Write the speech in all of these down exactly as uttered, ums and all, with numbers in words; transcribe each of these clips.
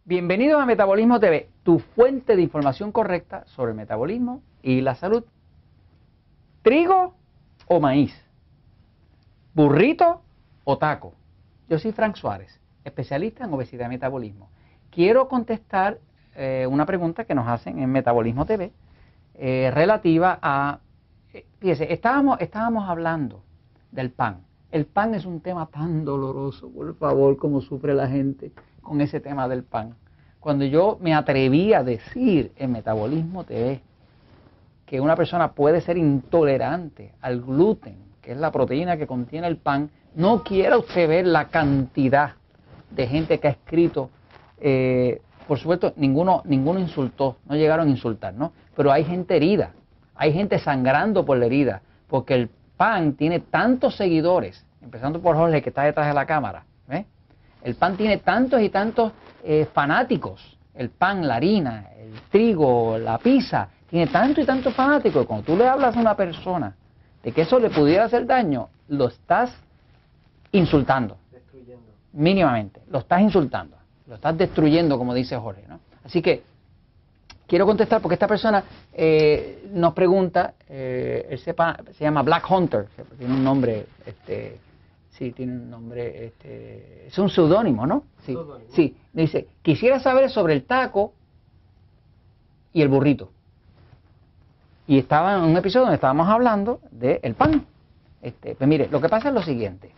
Bienvenidos a Metabolismo T V, tu fuente de información correcta sobre el metabolismo y la salud. ¿Trigo o maíz? ¿Burrito o taco? Yo soy Frank Suárez, especialista en obesidad y metabolismo. Quiero contestar eh, una pregunta que nos hacen en Metabolismo T V eh, relativa a... Eh, fíjese, estábamos, estábamos hablando del pan. El pan es un tema tan doloroso, por favor, como sufre la gente con ese tema del pan. Cuando yo me atreví a decir en Metabolismo T V que una persona puede ser intolerante al gluten, que es la proteína que contiene el pan, no quiera usted ver la cantidad de gente que ha escrito. Eh, por supuesto, ninguno, ninguno insultó, no llegaron a insultar, ¿no? Pero hay gente herida, hay gente sangrando por la herida, porque el pan tiene tantos seguidores, empezando por Jorge que está detrás de la cámara, ¿eh? El pan tiene tantos y tantos eh, fanáticos, el pan, la harina, el trigo, la pizza, tiene tantos y tantos fanáticos que cuando tú le hablas a una persona de que eso le pudiera hacer daño, lo estás insultando. Destruyendo. Mínimamente, lo estás insultando, lo estás destruyendo, como dice Jorge, ¿no? Así que quiero contestar porque esta persona eh, nos pregunta, eh, él sepa, se llama Black Hunter, tiene un nombre, este, sí, tiene un nombre, este, es un seudónimo, ¿no? Sí, seudónimo. Sí, me dice, quisiera saber sobre el taco y el burrito. Y estaba en un episodio donde estábamos hablando del pan. Este, pues mire, lo que pasa es lo siguiente.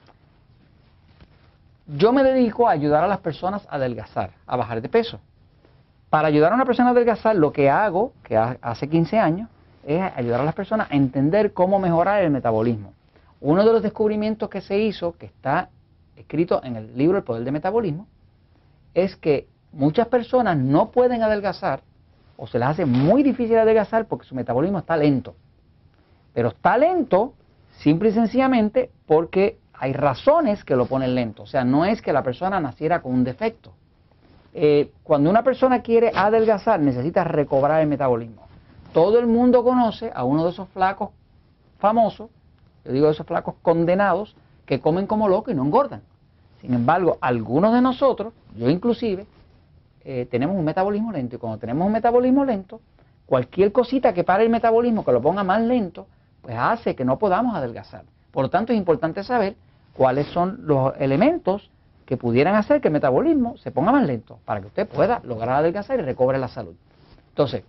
Yo me dedico a ayudar a las personas a adelgazar, a bajar de peso. Para ayudar a una persona a adelgazar, lo que hago, que hace quince años, es ayudar a las personas a entender cómo mejorar el metabolismo. Uno de los descubrimientos que se hizo, que está escrito en el libro El Poder del Metabolismo, es que muchas personas no pueden adelgazar o se les hace muy difícil adelgazar porque su metabolismo está lento. Pero está lento simple y sencillamente porque hay razones que lo ponen lento. O sea, no es que la persona naciera con un defecto. Eh, cuando una persona quiere adelgazar, necesita recobrar el metabolismo. Todo el mundo conoce a uno de esos flacos famosos, yo digo esos flacos condenados, que comen como locos y no engordan. Sin embargo, algunos de nosotros, yo inclusive, eh, tenemos un metabolismo lento. Y cuando tenemos un metabolismo lento, cualquier cosita que pare el metabolismo, que lo ponga más lento, pues hace que no podamos adelgazar. Por lo tanto, es importante saber cuáles son los elementos que pudieran hacer que el metabolismo se ponga más lento, para que usted pueda lograr adelgazar y recobre la salud. Entonces,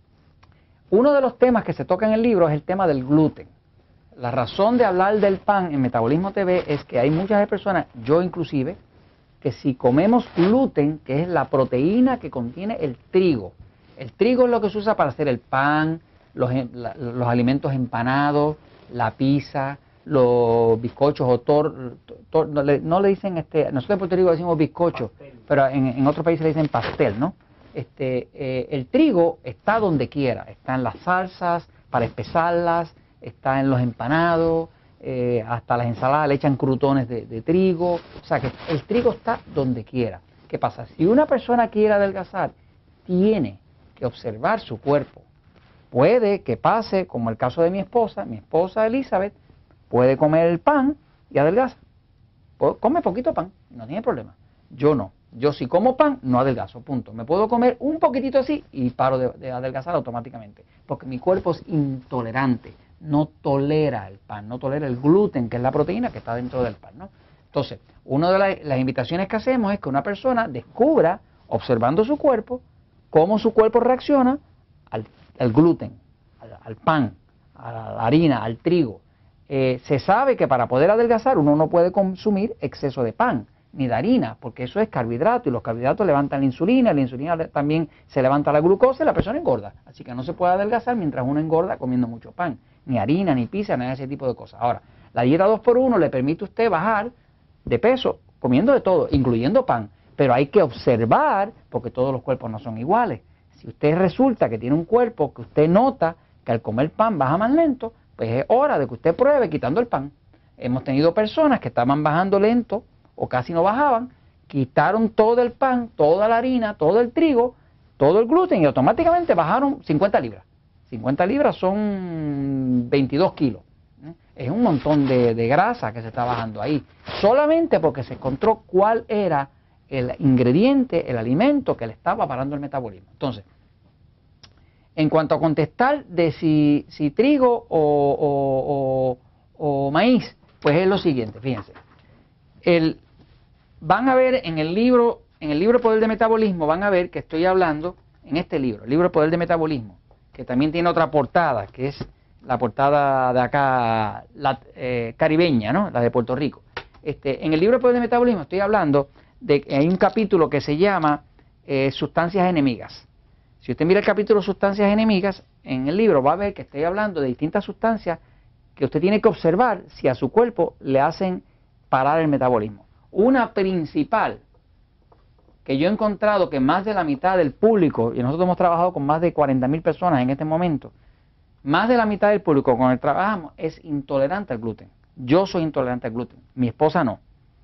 uno de los temas que se toca en el libro es el tema del gluten. La razón de hablar del pan en Metabolismo T V es que hay muchas personas, yo inclusive, que si comemos gluten, que es la proteína que contiene el trigo, el trigo es lo que se usa para hacer el pan, los, la, los alimentos empanados, la pizza, los bizcochos o tor, tor no, le, no le dicen, este, nosotros en Puerto Rico decimos bizcocho, pastel. Pero en, en otros países le dicen pastel, ¿no? Este, eh, el trigo está donde quiera, está en las salsas para espesarlas, está en los empanados, eh, hasta las ensaladas le echan crutones de, de trigo, o sea que el trigo está donde quiera. ¿Qué pasa? Si una persona quiere adelgazar, tiene que observar su cuerpo. Puede que pase, como el caso de mi esposa, mi esposa Elizabeth, puede comer el pan y adelgaza. Come poquito pan, no tiene problema. Yo no. Yo si como pan, no adelgazo, punto. Me puedo comer un poquitito así y paro de, de adelgazar automáticamente. Porque mi cuerpo es intolerante, no tolera el pan, no tolera el gluten, que es la proteína que está dentro del pan, ¿no? Entonces, una de la, las invitaciones que hacemos es que una persona descubra, observando su cuerpo, cómo su cuerpo reacciona al, al gluten, al, al pan, a la harina, al trigo. Eh, se sabe que para poder adelgazar uno no puede consumir exceso de pan ni de harina, porque eso es carbohidrato y los carbohidratos levantan la insulina, la insulina también se levanta la glucosa y la persona engorda. Así que no se puede adelgazar mientras uno engorda comiendo mucho pan, ni harina, ni pizza, nada de ese tipo de cosas. Ahora, la dieta dos por uno le permite a usted bajar de peso comiendo de todo, incluyendo pan, pero hay que observar porque todos los cuerpos no son iguales. Si usted resulta que tiene un cuerpo que usted nota que al comer pan baja más lento, pues es hora de que usted pruebe quitando el pan. Hemos tenido personas que estaban bajando lento o casi no bajaban, quitaron todo el pan, toda la harina, todo el trigo, todo el gluten y automáticamente bajaron cincuenta libras. cincuenta libras son veintidós kilos. ¿eh? Es un montón de, de grasa que se está bajando ahí, solamente porque se encontró cuál era el ingrediente, el alimento que le estaba parando el metabolismo. Entonces, en cuanto a contestar de si, si trigo o, o, o, o maíz, pues es lo siguiente, fíjense. El, van a ver en el libro, en el libro Poder de Metabolismo, van a ver que estoy hablando, en este libro, el libro Poder de Metabolismo, que también tiene otra portada, que es la portada de acá, la eh, caribeña, ¿no? La de Puerto Rico. Este, en el libro Poder de Metabolismo estoy hablando de que hay un capítulo que se llama eh, Sustancias Enemigas. Si usted mira el capítulo Sustancias Enemigas, en el libro va a ver que estoy hablando de distintas sustancias que usted tiene que observar si a su cuerpo le hacen parar el metabolismo. Una principal que yo he encontrado que más de la mitad del público, y nosotros hemos trabajado con más de cuarenta mil personas en este momento, más de la mitad del público con el que trabajamos es intolerante al gluten. Yo soy intolerante al gluten, mi esposa no.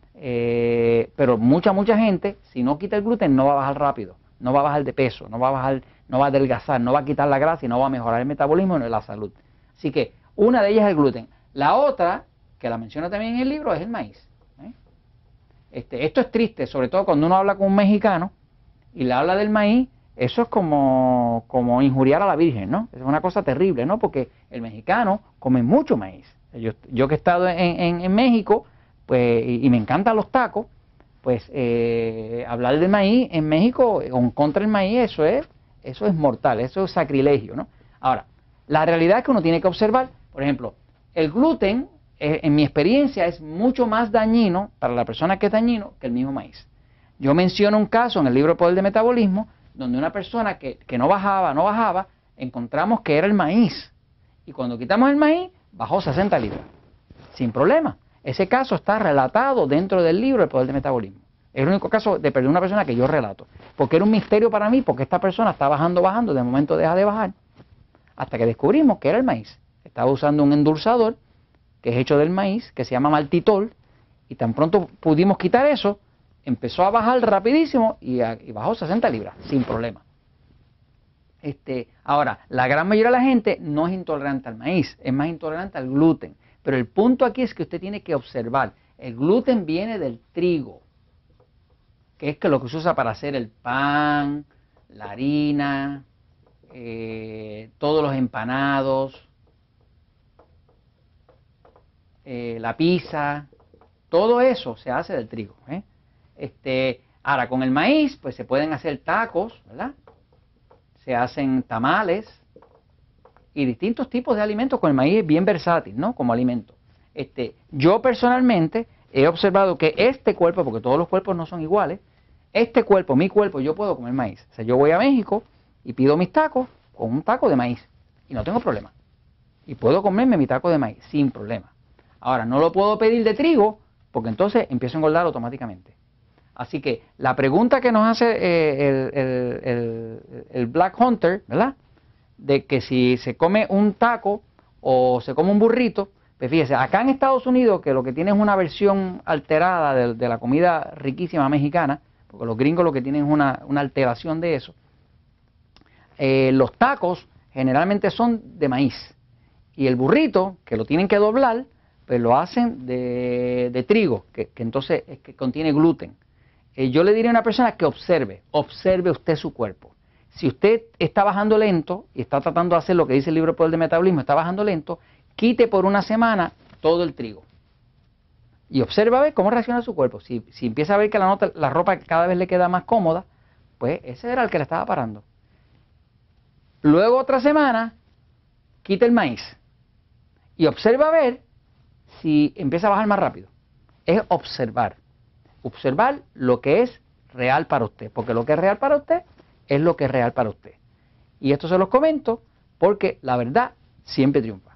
Eh, pero mucha, mucha gente, si no quita el gluten, no va a bajar rápido, no va a bajar de peso, no va a bajar, no va a adelgazar, no va a quitar la grasa y no va a mejorar el metabolismo ni la salud. Así que una de ellas es el gluten. La otra, que la menciona también en el libro, es el maíz. ¿eh? Este, esto es triste, sobre todo cuando uno habla con un mexicano y le habla del maíz. Eso es como, como injuriar a la Virgen, ¿no? Es una cosa terrible, ¿no? Porque el mexicano come mucho maíz. Yo, yo que he estado en, en, en México, pues, y, y me encantan los tacos, pues eh, hablar de maíz en México o contra el maíz, eso es, eso es mortal, eso es sacrilegio, ¿no? Ahora, la realidad es que uno tiene que observar, por ejemplo, el gluten, eh, en mi experiencia, es mucho más dañino para la persona que es dañino que el mismo maíz. Yo menciono un caso en el libro Poder de Metabolismo, donde una persona que, que no bajaba, no bajaba, encontramos que era el maíz. Y cuando quitamos el maíz, bajó sesenta libras. Sin problema. Ese caso está relatado dentro del libro El Poder del Metabolismo. Es el único caso de perder una persona que yo relato. Porque era un misterio para mí, porque esta persona está bajando, bajando, de momento deja de bajar, hasta que descubrimos que era el maíz. Estaba usando un endulzador, que es hecho del maíz, que se llama maltitol, y tan pronto pudimos quitar eso, empezó a bajar rapidísimo y, a, y bajó sesenta libras, sin problema. Este, ahora, la gran mayoría de la gente no es intolerante al maíz, es más intolerante al gluten. Pero el punto aquí es que usted tiene que observar, el gluten viene del trigo, que es que lo que se usa para hacer el pan, la harina, eh, todos los empanados, eh, la pizza, todo eso se hace del trigo, ¿eh? Este, ahora, con el maíz, pues se pueden hacer tacos, ¿verdad? Se hacen tamales y distintos tipos de alimentos. Con el maíz es bien versátil, ¿no? Como alimento. Este, yo personalmente he observado que este cuerpo, porque todos los cuerpos no son iguales, este cuerpo, mi cuerpo, yo puedo comer maíz. O sea, yo voy a México y pido mis tacos con un taco de maíz y no tengo problema. Y puedo comerme mi taco de maíz sin problema. Ahora, no lo puedo pedir de trigo porque entonces empiezo a engordar automáticamente. Así que la pregunta que nos hace eh, el, el, el, el Black Hunter, ¿verdad? De que si se come un taco o se come un burrito, pues fíjese, acá en Estados Unidos, que lo que tiene es una versión alterada de, de la comida riquísima mexicana, porque los gringos lo que tienen es una, una alteración de eso, eh, los tacos generalmente son de maíz. Y el burrito, que lo tienen que doblar, pues lo hacen de, de trigo, que, que entonces es que contiene gluten. Eh, yo le diría a una persona que observe, observe usted su cuerpo. Si usted está bajando lento y está tratando de hacer lo que dice el libro Poder de Metabolismo, está bajando lento, quite por una semana todo el trigo. Y observa a ver cómo reacciona su cuerpo. Si, si empieza a ver que la, nota, la ropa cada vez le queda más cómoda, pues ese era el que le estaba parando. Luego otra semana, quita el maíz. Y observa a ver si empieza a bajar más rápido. Es observar. Observar lo que es real para usted. Porque lo que es real para usted es lo que es real para usted. Y esto se los comento porque la verdad siempre triunfa.